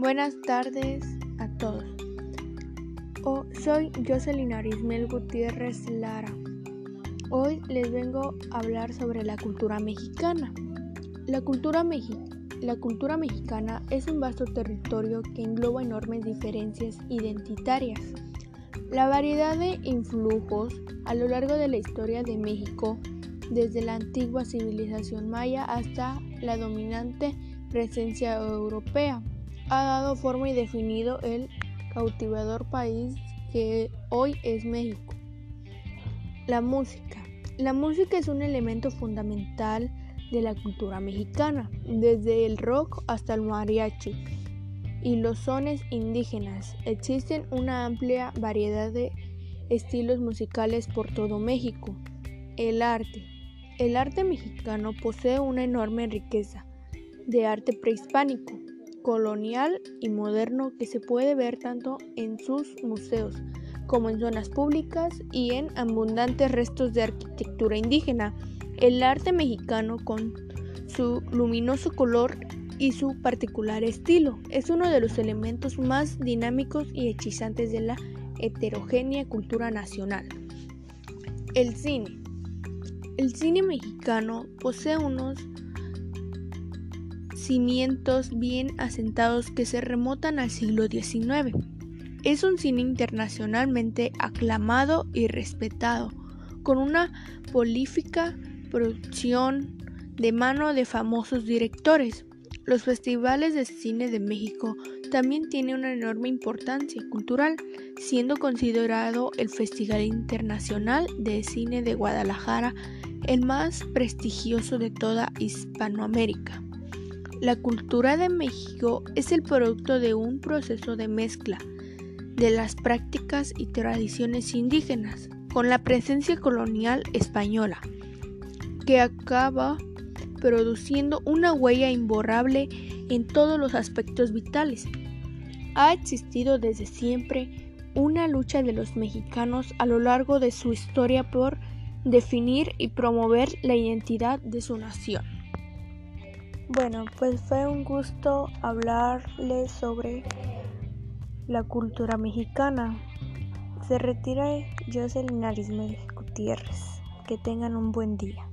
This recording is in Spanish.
Buenas tardes a todos. Soy Jocelyn Arismel Gutiérrez Lara. Hoy les vengo a hablar sobre la cultura mexicana. La cultura mexicana es un vasto territorio que engloba enormes diferencias identitarias. La variedad de influjos a lo largo de la historia de México, desde la antigua civilización maya hasta la dominante presencia europea, ha dado forma y definido el cautivador país que hoy es México. La música. La música es un elemento fundamental de la cultura mexicana, desde el rock hasta el mariachi y los sones indígenas. Existen una amplia variedad de estilos musicales por todo México. El arte. El arte mexicano posee una enorme riqueza de arte prehispánico, colonial y moderno que se puede ver tanto en sus museos como en zonas públicas y en abundantes restos de arquitectura indígena. El arte mexicano, con su luminoso color y su particular estilo, es uno de los elementos más dinámicos y hechizantes de la heterogénea cultura nacional. El cine. El cine mexicano posee unos cimientos bien asentados que se remontan al siglo XIX. Es un cine internacionalmente aclamado y respetado, con una prolífica producción de mano de famosos directores. Los festivales de cine de México también tienen una enorme importancia cultural, siendo considerado el Festival Internacional de Cine de Guadalajara el más prestigioso de toda Hispanoamérica. La cultura de México es el producto de un proceso de mezcla de las prácticas y tradiciones indígenas con la presencia colonial española, que acaba produciendo una huella imborrable en todos los aspectos vitales. Ha existido desde siempre una lucha de los mexicanos a lo largo de su historia por definir y promover la identidad de su nación. Bueno, pues fue un gusto hablarles sobre la cultura mexicana. Se retira Jocelyn Arismel Gutiérrez. Que tengan un buen día.